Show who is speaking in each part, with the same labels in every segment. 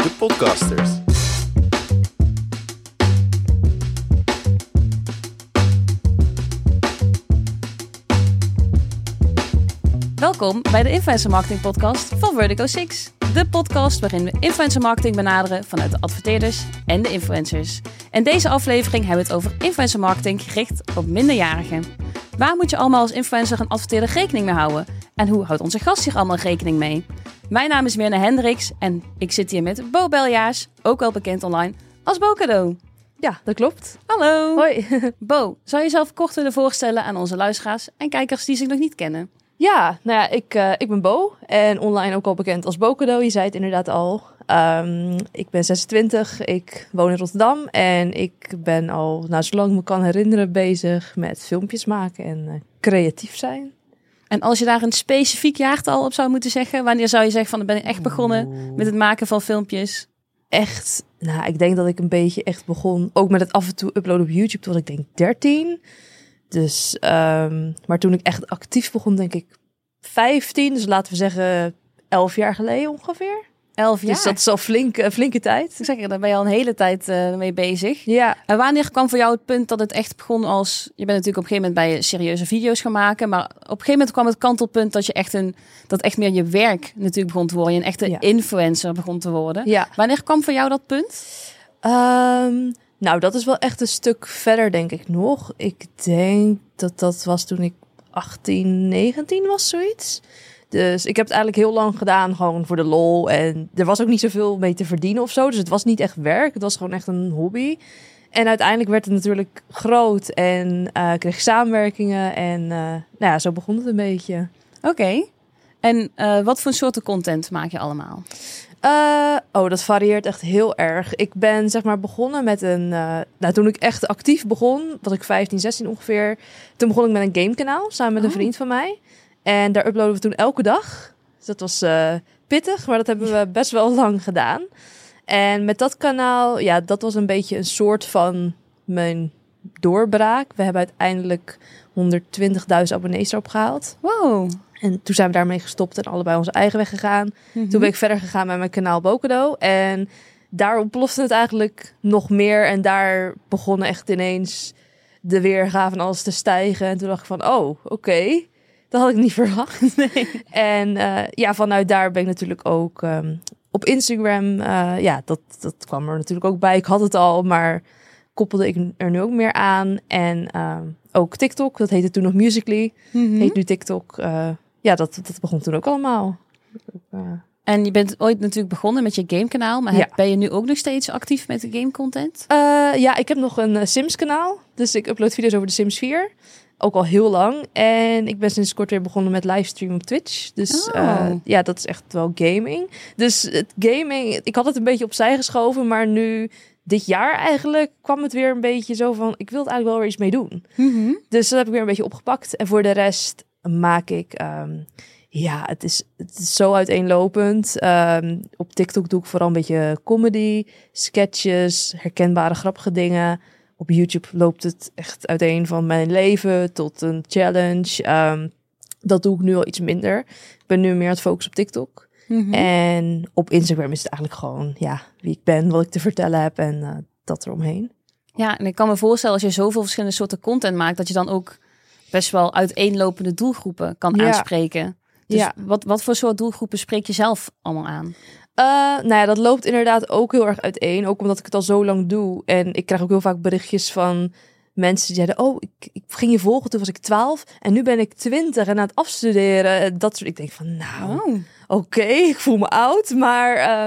Speaker 1: de podcasters.
Speaker 2: Welkom bij de Influencer Marketing Podcast van Vertigo 6. De podcast waarin we influencer marketing benaderen vanuit de adverteerders en de influencers. In deze aflevering hebben we het over influencer marketing gericht op minderjarigen. Waar moet je allemaal als influencer en adverteerder rekening mee houden? En hoe houdt onze gast hier allemaal rekening mee? Mijn naam is Mirna Hendricks en ik zit hier met Bo Beljaars, ook wel bekend online als Bo Cadeau.
Speaker 3: Ja, dat klopt.
Speaker 2: Hallo!
Speaker 3: Hoi.
Speaker 2: Bo, zou je jezelf kort willen voorstellen aan onze luisteraars en kijkers die zich nog niet kennen?
Speaker 3: Ja, nou ja, ik ben Bo en online ook al bekend als Bo Cadeau. Je zei het inderdaad al. Ik ben 26, ik woon in Rotterdam en ik ben al, zolang ik me kan herinneren, bezig met filmpjes maken en creatief zijn.
Speaker 2: En als je daar een specifiek jaartal op zou moeten zeggen, wanneer zou je zeggen van dan ben ik echt begonnen met het maken van filmpjes?
Speaker 3: Echt, ik denk dat ik een beetje echt begon, ook met het af en toe uploaden op YouTube, toen was ik denk 13. Dus, maar toen ik echt actief begon, denk ik 15. Dus laten we zeggen 11 jaar geleden ongeveer.
Speaker 2: 11 jaar?
Speaker 3: Dus dat is al flinke tijd.
Speaker 2: Ik zeg, daar ben je al een hele tijd mee bezig.
Speaker 3: Ja.
Speaker 2: En wanneer kwam voor jou het punt dat het echt begon als... Je bent natuurlijk op een gegeven moment bij je serieuze video's gaan maken. Maar op een gegeven moment kwam het kantelpunt dat je echt meer je werk natuurlijk begon te worden. Je een echte influencer begon te worden.
Speaker 3: Ja.
Speaker 2: Wanneer kwam voor jou dat punt?
Speaker 3: Dat is wel echt een stuk verder, denk ik nog. Ik denk dat was toen ik 18, 19 was, zoiets. Dus ik heb het eigenlijk heel lang gedaan, gewoon voor de lol. En er was ook niet zoveel mee te verdienen of zo. Dus het was niet echt werk, het was gewoon echt een hobby. En uiteindelijk werd het natuurlijk groot en kreeg ik samenwerkingen. En zo begon het een beetje.
Speaker 2: Oké. En wat voor soorten content maak je allemaal?
Speaker 3: Dat varieert echt heel erg. Ik ben begonnen met toen ik echt actief begon, was ik 15, 16 ongeveer. Toen begon ik met een gamekanaal samen met een vriend van mij. En daar uploaden we toen elke dag. Dus dat was pittig, maar dat hebben we best wel lang gedaan. En met dat kanaal, dat was een beetje een soort van mijn doorbraak. We hebben uiteindelijk 120.000 abonnees erop gehaald.
Speaker 2: Wow.
Speaker 3: En toen zijn we daarmee gestopt en allebei onze eigen weg gegaan.
Speaker 2: Mm-hmm.
Speaker 3: Toen ben ik verder gegaan met mijn kanaal Bo Cadeau. En daar ontplofte het eigenlijk nog meer. En daar begonnen echt ineens de weergave en alles te stijgen. En toen dacht ik van, oké. Dat had ik niet verwacht.
Speaker 2: Nee.
Speaker 3: En vanuit daar ben ik natuurlijk ook op Instagram. Dat kwam er natuurlijk ook bij. Ik had het al, maar koppelde ik er nu ook meer aan. En ook TikTok, dat heette toen nog Musical.ly.
Speaker 2: Mm-hmm.
Speaker 3: Heet nu TikTok. Dat begon toen ook allemaal.
Speaker 2: En je bent ooit natuurlijk begonnen met je gamekanaal. Maar ben je nu ook nog steeds actief met de gamecontent?
Speaker 3: Ik heb nog een Sims kanaal. Dus ik upload video's over de Sims 4. Ook al heel lang. En ik ben sinds kort weer begonnen met livestream op Twitch. Dus dat is echt wel gaming. Dus het gaming, ik had het een beetje opzij geschoven. Maar nu, dit jaar eigenlijk, kwam het weer een beetje zo van... Ik wil het eigenlijk wel weer iets mee doen.
Speaker 2: Mm-hmm.
Speaker 3: Dus dat heb ik weer een beetje opgepakt. En voor de rest maak ik... het is zo uiteenlopend. Op TikTok doe ik vooral een beetje comedy, sketches, herkenbare grappige dingen. Op YouTube loopt het echt uiteen van mijn leven tot een challenge. Dat doe ik nu al iets minder. Ik ben nu meer aan het focussen op TikTok.
Speaker 2: Mm-hmm.
Speaker 3: En op Instagram is het eigenlijk gewoon wie ik ben, wat ik te vertellen heb en dat eromheen.
Speaker 2: Ja, en ik kan me voorstellen als je zoveel verschillende soorten content maakt, dat je dan ook best wel uiteenlopende doelgroepen kan aanspreken. Dus wat voor soort doelgroepen spreek je zelf allemaal aan?
Speaker 3: Dat loopt inderdaad ook heel erg uiteen. Ook omdat ik het al zo lang doe. En ik krijg ook heel vaak berichtjes van mensen die zeiden... ik ging je volgen, toen was ik 12. En nu ben ik 20 en aan het afstuderen. Dat soort. Ik denk van, oké, ik voel me oud. Maar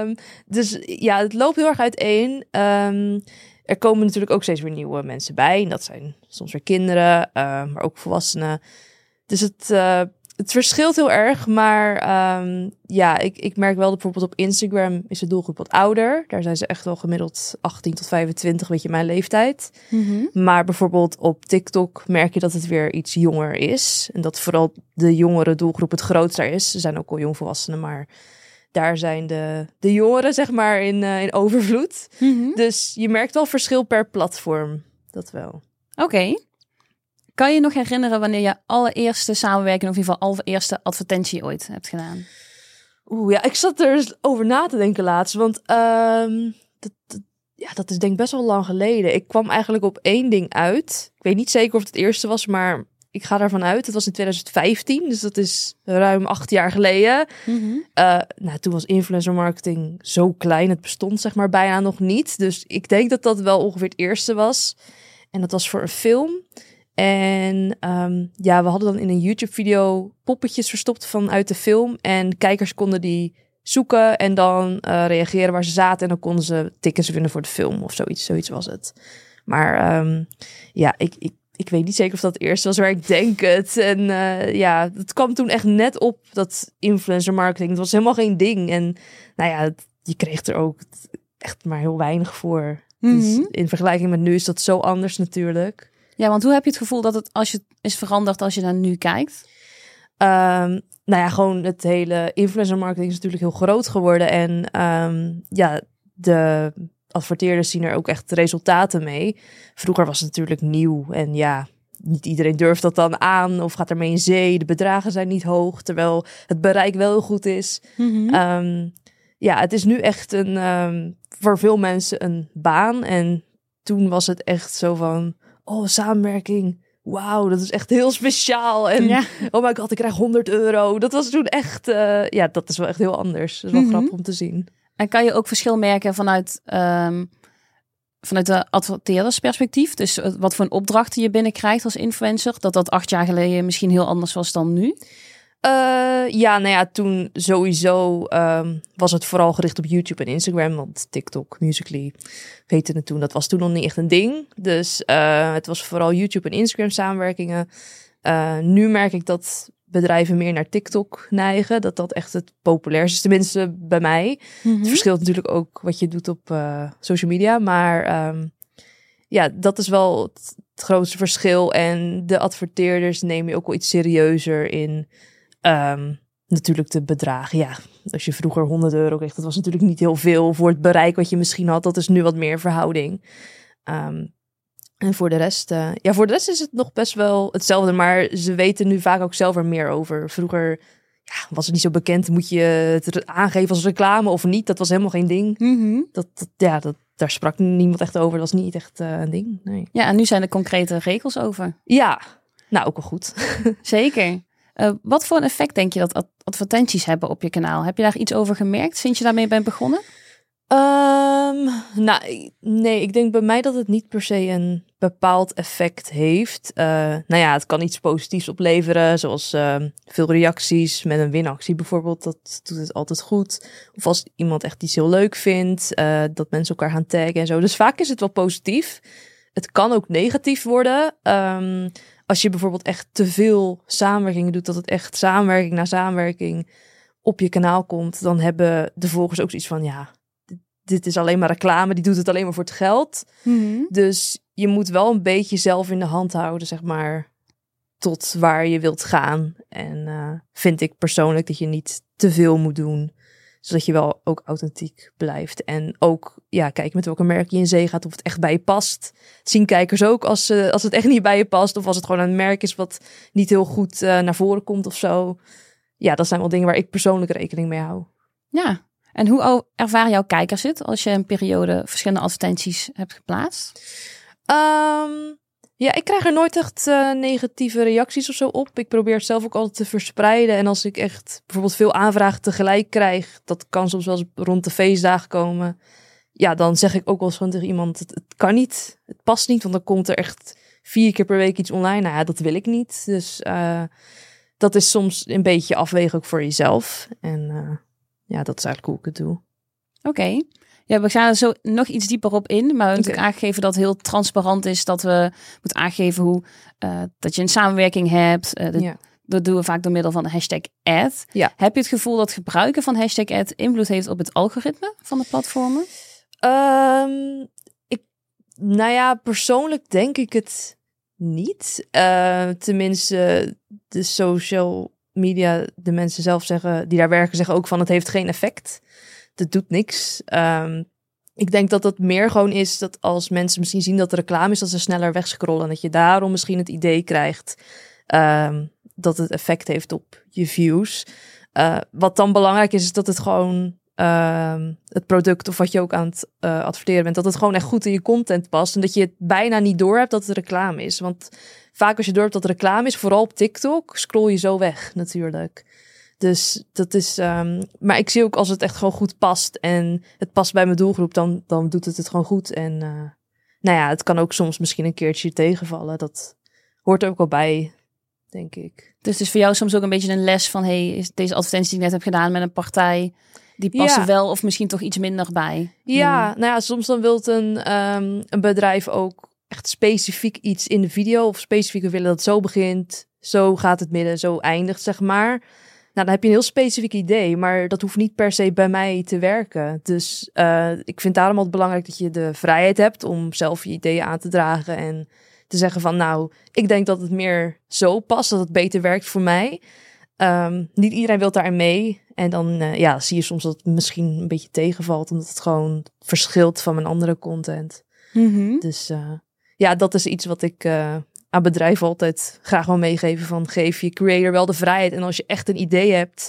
Speaker 3: het loopt heel erg uiteen. Er komen natuurlijk ook steeds weer nieuwe mensen bij. En dat zijn soms weer kinderen, maar ook volwassenen. Dus het verschilt heel erg, maar ik merk wel dat bijvoorbeeld op Instagram is de doelgroep wat ouder. Daar zijn ze echt wel gemiddeld 18 tot 25, weet je, mijn leeftijd.
Speaker 2: Mm-hmm.
Speaker 3: Maar bijvoorbeeld op TikTok merk je dat het weer iets jonger is. En dat vooral de jongere doelgroep het grootste is. Ze zijn ook al jongvolwassenen, maar daar zijn de jongeren zeg maar in overvloed.
Speaker 2: Mm-hmm.
Speaker 3: Dus je merkt wel verschil per platform, dat wel.
Speaker 2: Oké. Kan je nog herinneren wanneer je allereerste samenwerking, of in ieder geval allereerste advertentie ooit hebt gedaan?
Speaker 3: Ja, ik zat er eens over na te denken laatst. Want dat is denk ik best wel lang geleden. Ik kwam eigenlijk op één ding uit. Ik weet niet zeker of het het eerste was, maar ik ga daarvan uit. Het was in 2015, dus dat is ruim 8 jaar geleden. Toen was influencer marketing zo klein. Het bestond zeg maar bijna nog niet. Dus ik denk dat dat wel ongeveer het eerste was. En dat was voor een film. En we hadden dan in een YouTube-video poppetjes verstopt vanuit de film. En kijkers konden die zoeken en dan reageren waar ze zaten. En dan konden ze tickets winnen voor de film of zoiets. Zoiets was het. Maar ik weet niet zeker of dat het eerste was, maar ik denk het. En het kwam toen echt net op, dat influencer marketing. Het was helemaal geen ding. En je kreeg er ook echt maar heel weinig voor. Dus in vergelijking met nu is dat zo anders natuurlijk.
Speaker 2: Ja, want hoe heb je het gevoel dat het, als je is veranderd als je naar nu kijkt?
Speaker 3: Gewoon het hele influencer marketing is natuurlijk heel groot geworden. En de adverteerders zien er ook echt resultaten mee. Vroeger was het natuurlijk nieuw en niet iedereen durft dat dan aan of gaat ermee in zee. De bedragen zijn niet hoog, terwijl het bereik wel heel goed is. Het is nu echt voor veel mensen een baan. En toen was het echt zo van, samenwerking. Wauw, dat is echt heel speciaal. En oh my god, ik krijg €100. Dat was toen echt, dat is wel echt heel anders. Dat is wel grappig om te zien.
Speaker 2: En kan je ook verschil merken vanuit de adverteerdersperspectief? Dus wat voor een opdrachten je binnenkrijgt als influencer? Dat 8 jaar geleden misschien heel anders was dan nu?
Speaker 3: Toen sowieso was het vooral gericht op YouTube en Instagram. Want TikTok, Musical.ly, heette het toen. Dat was toen nog niet echt een ding. Dus het was vooral YouTube en Instagram samenwerkingen. Nu merk ik dat bedrijven meer naar TikTok neigen. Dat echt het populairste is, tenminste bij mij. Het verschilt natuurlijk ook wat je doet op social media. Maar dat is wel het grootste verschil. En de adverteerders nemen je ook wel iets serieuzer in. Natuurlijk de bedragen. Ja, als je vroeger €100 kreeg, dat was natuurlijk niet heel veel voor het bereik wat je misschien had. Dat is nu wat meer verhouding. En voor de rest, is het nog best wel hetzelfde. Maar ze weten nu vaak ook zelf er meer over. Vroeger was het niet zo bekend. Moet je het aangeven als reclame of niet? Dat was helemaal geen ding. Daar sprak niemand echt over. Dat was niet echt een ding. Nee.
Speaker 2: Ja, en nu zijn er concrete regels over.
Speaker 3: Ja, ook wel goed.
Speaker 2: Zeker. Wat voor een effect denk je dat advertenties hebben op je kanaal? Heb je daar iets over gemerkt sinds je daarmee bent begonnen?
Speaker 3: Nee, ik denk bij mij dat het niet per se een bepaald effect heeft. Het kan iets positiefs opleveren, zoals veel reacties met een winactie bijvoorbeeld. Dat doet het altijd goed. Of als iemand echt iets heel leuk vindt, dat mensen elkaar gaan taggen en zo. Dus vaak is het wel positief. Het kan ook negatief worden. Als je bijvoorbeeld echt te veel samenwerkingen doet, dat het echt samenwerking na samenwerking op je kanaal komt, dan hebben de volgers ook zoiets van, dit is alleen maar reclame, die doet het alleen maar voor het geld. Dus je moet wel een beetje zelf in de hand houden, zeg maar, tot waar je wilt gaan. En vind ik persoonlijk dat je niet te veel moet doen, zodat je wel ook authentiek blijft. En ook, kijk met welke merk je in zee gaat, of het echt bij je past. Zien kijkers ook als het echt niet bij je past, of als het gewoon een merk is wat niet heel goed naar voren komt of zo. Ja, dat zijn wel dingen waar ik persoonlijk rekening mee hou.
Speaker 2: Ja, en hoe ervaren jouw kijkers het als je een periode verschillende advertenties hebt geplaatst?
Speaker 3: Ik krijg er nooit echt negatieve reacties of zo op. Ik probeer het zelf ook altijd te verspreiden. En als ik echt bijvoorbeeld veel aanvragen tegelijk krijg, dat kan soms wel eens rond de feestdagen komen. Ja, dan zeg ik ook wel eens gewoon tegen iemand, het kan niet, het past niet, want dan komt er echt 4 keer per week iets online. Nou ja, dat wil ik niet. Dus dat is soms een beetje afwegen ook voor jezelf. En dat is eigenlijk hoe ik het doe.
Speaker 2: Oké. Ja, we gaan er zo nog iets dieper op in. Maar we hebben natuurlijk aangegeven dat het heel transparant is. Dat we moeten aangeven hoe dat je een samenwerking hebt. Dat doen we vaak door middel van de #ad.
Speaker 3: Ja.
Speaker 2: Heb je het gevoel dat gebruiken van #ad invloed heeft op het algoritme van de platformen?
Speaker 3: Persoonlijk denk ik het niet. Tenminste, de social media, de mensen zelf zeggen, die daar werken, zeggen ook van het heeft geen effect. Dat doet niks. Ik denk dat het meer gewoon is dat als mensen misschien zien dat er reclame is, dat ze sneller wegscrollen. En dat je daarom misschien het idee krijgt dat het effect heeft op je views. Wat dan belangrijk is dat het gewoon het product of wat je ook aan het adverteren bent, dat het gewoon echt goed in je content past en dat je het bijna niet door hebt dat het reclame is. Want vaak als je door hebt dat het reclame is, vooral op TikTok, scroll je zo weg natuurlijk. Dus dat is, maar ik zie ook als het echt gewoon goed past en het past bij mijn doelgroep, dan doet het gewoon goed. En nou ja, het kan ook soms misschien een keertje tegenvallen. Dat hoort er ook wel bij, denk ik.
Speaker 2: Dus het is voor jou soms ook een beetje een les van, is deze advertentie die ik net heb gedaan met een partij, die passen wel of misschien toch iets minder bij.
Speaker 3: Ja, nou ja, soms dan wil een bedrijf ook echt specifiek iets in de video of specifiek willen dat het zo begint, zo gaat het midden, zo eindigt, zeg maar. Nou, dan heb je een heel specifiek idee, maar dat hoeft niet per se bij mij te werken. Dus ik vind daarom altijd belangrijk dat je de vrijheid hebt om zelf je ideeën aan te dragen en te zeggen van, nou, ik denk dat het meer zo past, dat het beter werkt voor mij. Niet iedereen wil daarin mee. En dan zie je soms dat het misschien een beetje tegenvalt, omdat het gewoon verschilt van mijn andere content.
Speaker 2: Mm-hmm.
Speaker 3: Dus dat is iets wat ik aan bedrijven altijd graag wil meegeven. Van geef je creator wel de vrijheid. En als je echt een idee hebt,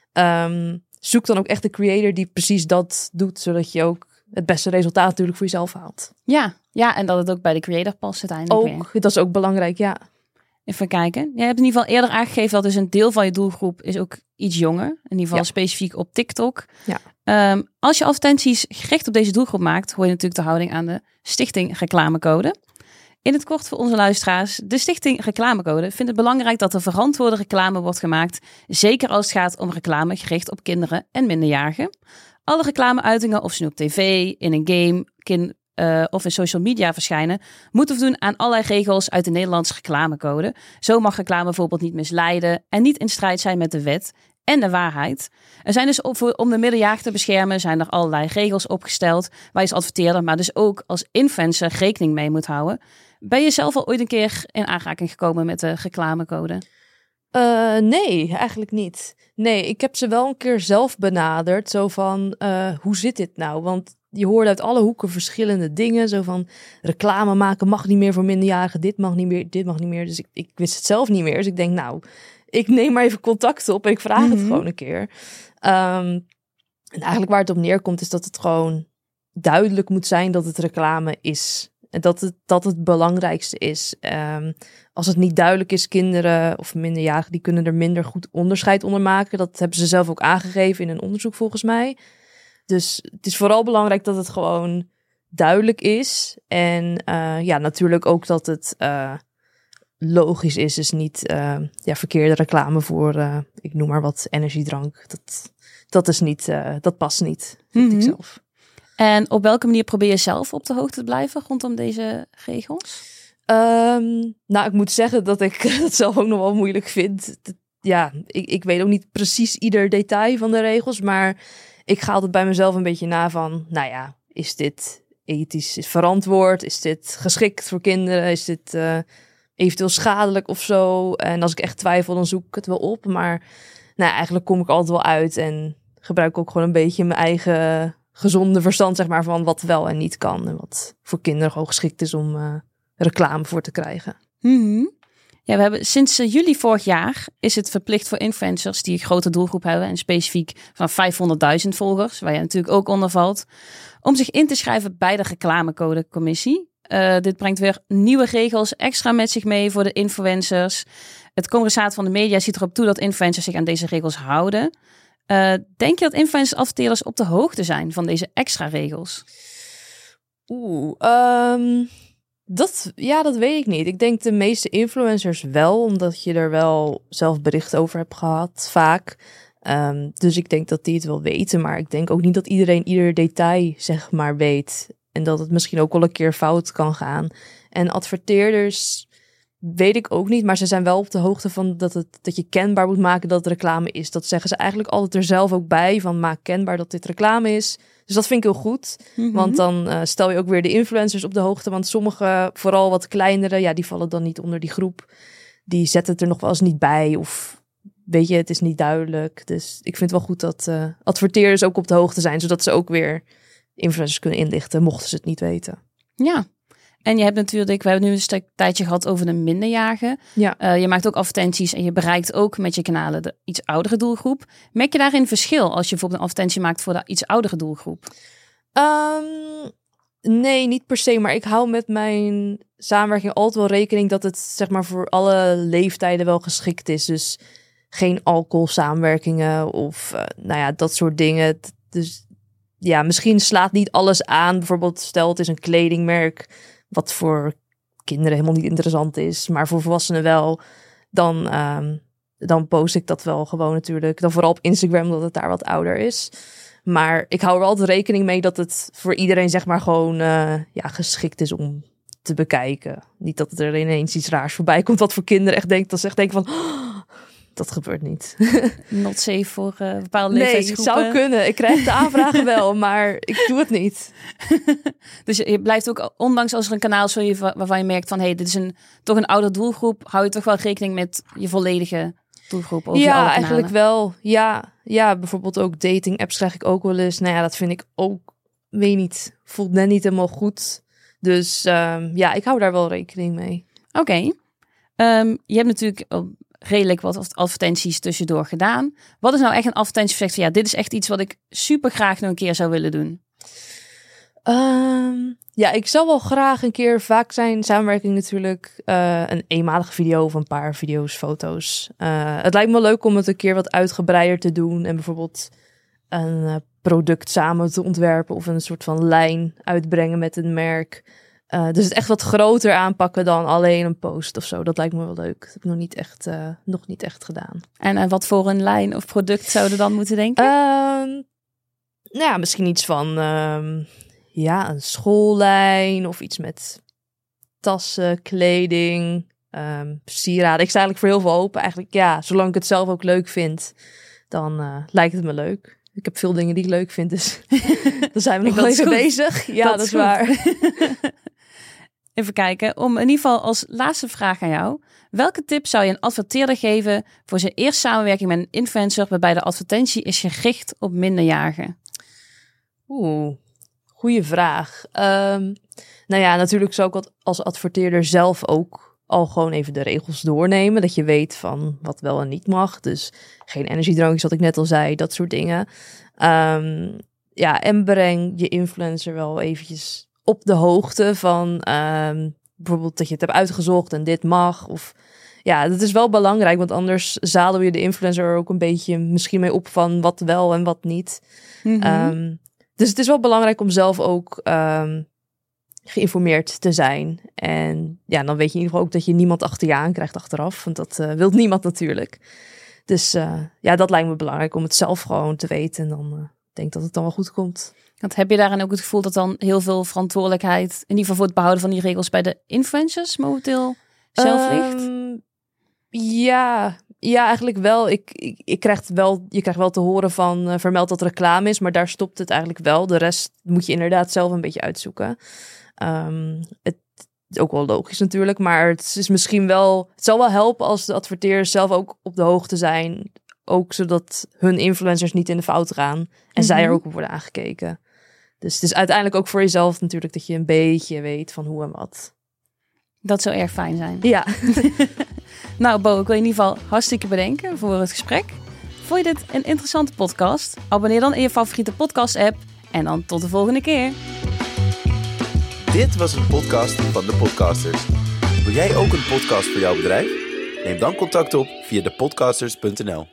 Speaker 3: zoek dan ook echt de creator die precies dat doet. Zodat je ook het beste resultaat natuurlijk voor jezelf haalt.
Speaker 2: Ja, en dat het ook bij de creator past uiteindelijk.
Speaker 3: Ook, dat is ook belangrijk, ja.
Speaker 2: Even kijken. Jij hebt in ieder geval eerder aangegeven dat dus een deel van je doelgroep is ook iets jonger. In ieder geval specifiek op TikTok.
Speaker 3: Ja.
Speaker 2: Als je advertenties gericht op deze doelgroep maakt, hoor je natuurlijk de houding aan de Stichting Reclamecode. In het kort voor onze luisteraars. De Stichting Reclamecode vindt het belangrijk dat er verantwoorde reclame wordt gemaakt. Zeker als het gaat om reclame gericht op kinderen en minderjarigen. Alle reclameuitingen, of ze nu op tv, in een game, of in social media verschijnen, moeten voldoen aan allerlei regels uit de Nederlandse reclamecode. Zo mag reclame bijvoorbeeld niet misleiden en niet in strijd zijn met de wet en de waarheid. Er zijn dus om de minderjarigen te beschermen, zijn er allerlei regels opgesteld waar je als adverteerder, maar dus ook als influencer rekening mee moet houden. Ben je zelf al ooit een keer in aanraking gekomen met de reclamecode?
Speaker 3: Nee, eigenlijk niet. Nee, ik heb ze wel een keer zelf benaderd. Zo van, hoe zit dit nou? Want je hoort uit alle hoeken verschillende dingen. Zo van, reclame maken mag niet meer voor minderjarigen. Dit mag niet meer, dit mag niet meer. Dus ik wist het zelf niet meer. Dus ik denk, nou, ik neem maar even contact op en ik vraag het gewoon een keer. En eigenlijk waar het op neerkomt is dat het gewoon duidelijk moet zijn dat het reclame is. En dat het belangrijkste is. Als het niet duidelijk is, kinderen of minderjarigen, die kunnen er minder goed onderscheid onder maken. Dat hebben ze zelf ook aangegeven in een onderzoek volgens mij. Dus het is vooral belangrijk dat het gewoon duidelijk is. En natuurlijk ook dat het logisch is. Dus niet verkeerde reclame voor, ik noem maar wat, energiedrank. Dat is niet, dat past niet, vind ik zelf.
Speaker 2: En op welke manier probeer je zelf op de hoogte te blijven rondom deze regels?
Speaker 3: Ik moet zeggen dat ik het zelf ook nog wel moeilijk vind. Ik weet ook niet precies ieder detail van de regels, maar ik ga altijd bij mezelf een beetje na van, is dit ethisch verantwoord? Is dit geschikt voor kinderen? Is dit eventueel schadelijk of zo? En als ik echt twijfel, dan zoek ik het wel op. Maar eigenlijk kom ik altijd wel uit en gebruik ook gewoon een beetje mijn eigen gezonde verstand, zeg maar, van wat wel en niet kan. En wat voor kinderen gewoon geschikt is om reclame voor te krijgen.
Speaker 2: Mm-hmm. Ja, we hebben sinds juli vorig jaar is het verplicht voor influencers die een grote doelgroep hebben en specifiek van 500.000 volgers, waar je natuurlijk ook onder valt, om zich in te schrijven bij de reclamecodecommissie. Dit brengt weer nieuwe regels extra met zich mee voor de influencers. Het Congresaat van de Media ziet erop toe dat influencers zich aan deze regels houden. Denk je dat influencers adverteerders op de hoogte zijn van deze extra regels?
Speaker 3: Dat weet ik niet. Ik denk de meeste influencers wel, omdat je er wel zelf bericht over hebt gehad, vaak. Dus ik denk dat die het wel weten, maar ik denk ook niet dat iedereen ieder detail, zeg maar, weet. En dat het misschien ook wel een keer fout kan gaan. En adverteerders weet ik ook niet, maar ze zijn wel op de hoogte van dat je kenbaar moet maken dat het reclame is. Dat zeggen ze eigenlijk altijd er zelf ook bij, van maak kenbaar dat dit reclame is. Dus dat vind ik heel goed, want dan stel je ook weer de influencers op de hoogte. Want sommige, vooral wat kleinere, die vallen dan niet onder die groep. Die zetten het er nog wel eens niet bij of weet je, het is niet duidelijk. Dus ik vind het wel goed dat adverteerders ook op de hoogte zijn, zodat ze ook weer influencers kunnen inlichten, mochten ze het niet weten.
Speaker 2: Ja. En je hebt natuurlijk, we hebben nu een tijdje gehad over de minderjarigen.
Speaker 3: Ja.
Speaker 2: Je maakt ook advertenties en je bereikt ook met je kanalen de iets oudere doelgroep. Merk je daarin verschil als je bijvoorbeeld een advertentie maakt voor de iets oudere doelgroep?
Speaker 3: Nee, niet per se. Maar ik hou met mijn samenwerking altijd wel rekening dat het zeg maar voor alle leeftijden wel geschikt is. Dus geen alcoholsamenwerkingen of dat soort dingen. Dus ja, misschien slaat niet alles aan. Bijvoorbeeld stel het is een kledingmerk wat voor kinderen helemaal niet interessant is, maar voor volwassenen wel. Dan post ik dat wel gewoon natuurlijk. Dan vooral op Instagram, omdat het daar wat ouder is. Maar ik hou er altijd rekening mee dat het voor iedereen zeg maar gewoon geschikt is om te bekijken. Niet dat er ineens iets raars voorbij komt wat voor kinderen echt denken van dat gebeurt niet.
Speaker 2: Not safe voor bepaalde leeftijdsgroepen.
Speaker 3: Nee, zou kunnen. Ik krijg de aanvragen wel, maar ik doe het niet.
Speaker 2: Dus je blijft ook, ondanks als er een kanaal is waarvan je merkt van dit is toch een oude doelgroep, hou je toch wel rekening met je volledige doelgroep over alle kanalen?
Speaker 3: Eigenlijk wel. Ja, bijvoorbeeld ook dating apps krijg ik ook wel eens. Nou ja, dat vind ik ook, weet niet, voelt net niet helemaal goed. Dus ik hou daar wel rekening mee.
Speaker 2: Oké. Je hebt natuurlijk redelijk wat advertenties tussendoor gedaan. Wat is nou echt een advertentie van zegt dit is echt iets wat ik super graag nog een keer zou willen doen?
Speaker 3: Ik zou wel graag een keer, vaak zijn samenwerking natuurlijk een eenmalige video of een paar video's, foto's. Het lijkt me leuk om het een keer wat uitgebreider te doen en bijvoorbeeld een product samen te ontwerpen of een soort van lijn uitbrengen met een merk. Dus het echt wat groter aanpakken dan alleen een post of zo. Dat lijkt me wel leuk. Dat heb ik nog niet echt gedaan.
Speaker 2: En wat voor een lijn of product zouden dan moeten denken?
Speaker 3: Misschien iets van een schoollijn of iets met tassen, kleding, sieraden. Ik sta eigenlijk voor heel veel open. Eigenlijk zolang ik het zelf ook leuk vind, dan lijkt het me leuk. Ik heb veel dingen die ik leuk vind, dus dan zijn we nog wel even bezig. Ja, dat is waar.
Speaker 2: Even kijken, om in ieder geval als laatste vraag aan jou. Welke tip zou je een adverteerder geven voor zijn eerste samenwerking met een influencer waarbij de advertentie is gericht op minderjarigen?
Speaker 3: Goeie vraag. Natuurlijk zou ik als adverteerder zelf ook al gewoon even de regels doornemen. Dat je weet van wat wel en niet mag. Dus geen energiedrankjes, wat ik net al zei, dat soort dingen. En breng je influencer wel eventjes op de hoogte van bijvoorbeeld dat je het hebt uitgezocht en dit mag. Of dat is wel belangrijk, want anders zadel je de influencer er ook een beetje misschien mee op van wat wel en wat niet. Mm-hmm. Dus het is wel belangrijk om zelf ook geïnformeerd te zijn. En dan weet je in ieder geval ook dat je niemand achter je aan krijgt achteraf. Want dat wil niemand natuurlijk. Dus dat lijkt me belangrijk om het zelf gewoon te weten. En dan denk dat het dan wel goed komt.
Speaker 2: Want heb je daarin ook het gevoel dat dan heel veel verantwoordelijkheid, in ieder geval voor het behouden van die regels, bij de influencers momenteel zelf ligt?
Speaker 3: Ja, eigenlijk wel. Je krijgt wel te horen van vermeld dat reclame is, maar daar stopt het eigenlijk wel. De rest moet je inderdaad zelf een beetje uitzoeken. Het is ook wel logisch natuurlijk, maar het is misschien wel, het zal wel helpen als de adverteerders zelf ook op de hoogte zijn. Ook zodat hun influencers niet in de fout gaan en zij er ook op worden aangekeken. Dus het is uiteindelijk ook voor jezelf natuurlijk dat je een beetje weet van hoe en wat.
Speaker 2: Dat zou erg fijn zijn.
Speaker 3: Ja.
Speaker 2: Nou Bo, ik wil je in ieder geval hartstikke bedanken voor het gesprek. Vond je dit een interessante podcast? Abonneer dan in je favoriete podcast app en dan tot de volgende keer.
Speaker 1: Dit was een podcast van de Podcasters. Wil jij ook een podcast voor jouw bedrijf? Neem dan contact op via depodcasters.nl.